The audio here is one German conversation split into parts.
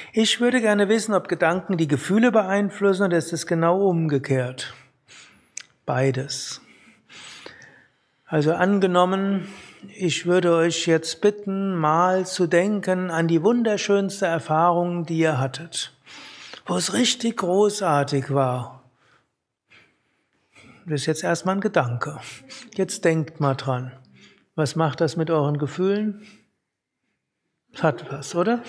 Ich würde gerne wissen, ob Gedanken die Gefühle beeinflussen oder ist es genau umgekehrt? Beides. Also angenommen, ich würde euch jetzt bitten, mal zu denken an die wunderschönste Erfahrung, die ihr hattet, wo es richtig großartig war. Das ist jetzt erstmal ein Gedanke. Jetzt denkt mal dran. Was macht das mit euren Gefühlen? Es hat was, oder?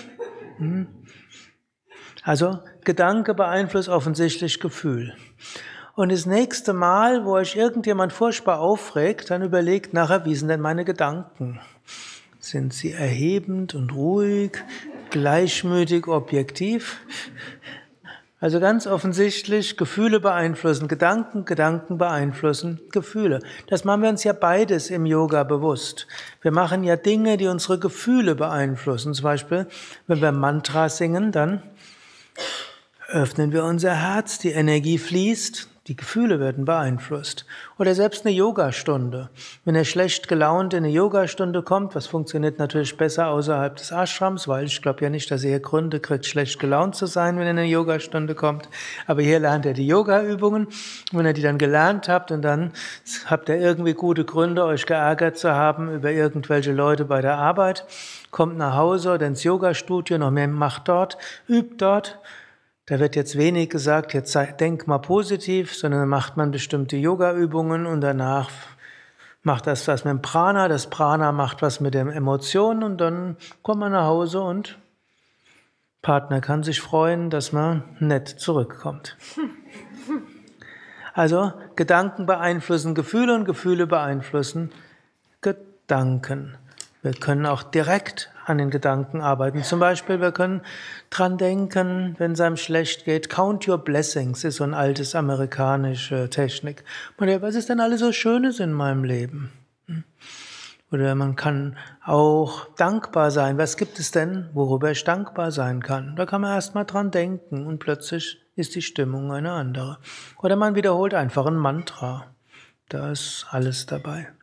Also Gedanke beeinflusst offensichtlich Gefühl. Und das nächste Mal, wo euch irgendjemand furchtbar aufregt, dann überlegt nachher, wie sind denn meine Gedanken? Sind sie erhebend und ruhig, gleichmütig, objektiv? Also ganz offensichtlich, Gefühle beeinflussen Gedanken, Gedanken beeinflussen Gefühle. Das machen wir uns ja beides im Yoga bewusst. Wir machen ja Dinge, die unsere Gefühle beeinflussen. Zum Beispiel, wenn wir Mantra singen, dann öffnen wir unser Herz, die Energie fließt, die Gefühle werden beeinflusst. Oder selbst eine Yogastunde. Wenn ihr schlecht gelaunt in eine Yogastunde kommt, was funktioniert natürlich besser außerhalb des Ashrams, weil ich glaube ja nicht, dass ihr Gründe kriegt, schlecht gelaunt zu sein, wenn ihr in eine Yogastunde kommt. Aber hier lernt ihr die Yoga-Übungen. Wenn ihr die dann gelernt habt und dann habt ihr irgendwie gute Gründe, euch geärgert zu haben über irgendwelche Leute bei der Arbeit, kommt nach Hause oder ins Yogastudio, noch mehr macht dort, übt dort. Da wird jetzt wenig gesagt, jetzt denk mal positiv, sondern dann macht man bestimmte Yoga-Übungen und danach macht das was mit dem Prana, das Prana macht was mit den Emotionen und dann kommt man nach Hause und Partner kann sich freuen, dass man nett zurückkommt. Also Gedanken beeinflussen Gefühle und Gefühle beeinflussen Gedanken. Wir können auch direkt an den Gedanken arbeiten. Zum Beispiel, wir können dran denken, wenn es einem schlecht geht. Count your blessings ist so ein altes amerikanische Technik. Was ist denn alles so Schönes in meinem Leben? Oder man kann auch dankbar sein. Was gibt es denn, worüber ich dankbar sein kann? Da kann man erst mal dran denken und plötzlich ist die Stimmung eine andere. Oder man wiederholt einfach ein Mantra. Da ist alles dabei.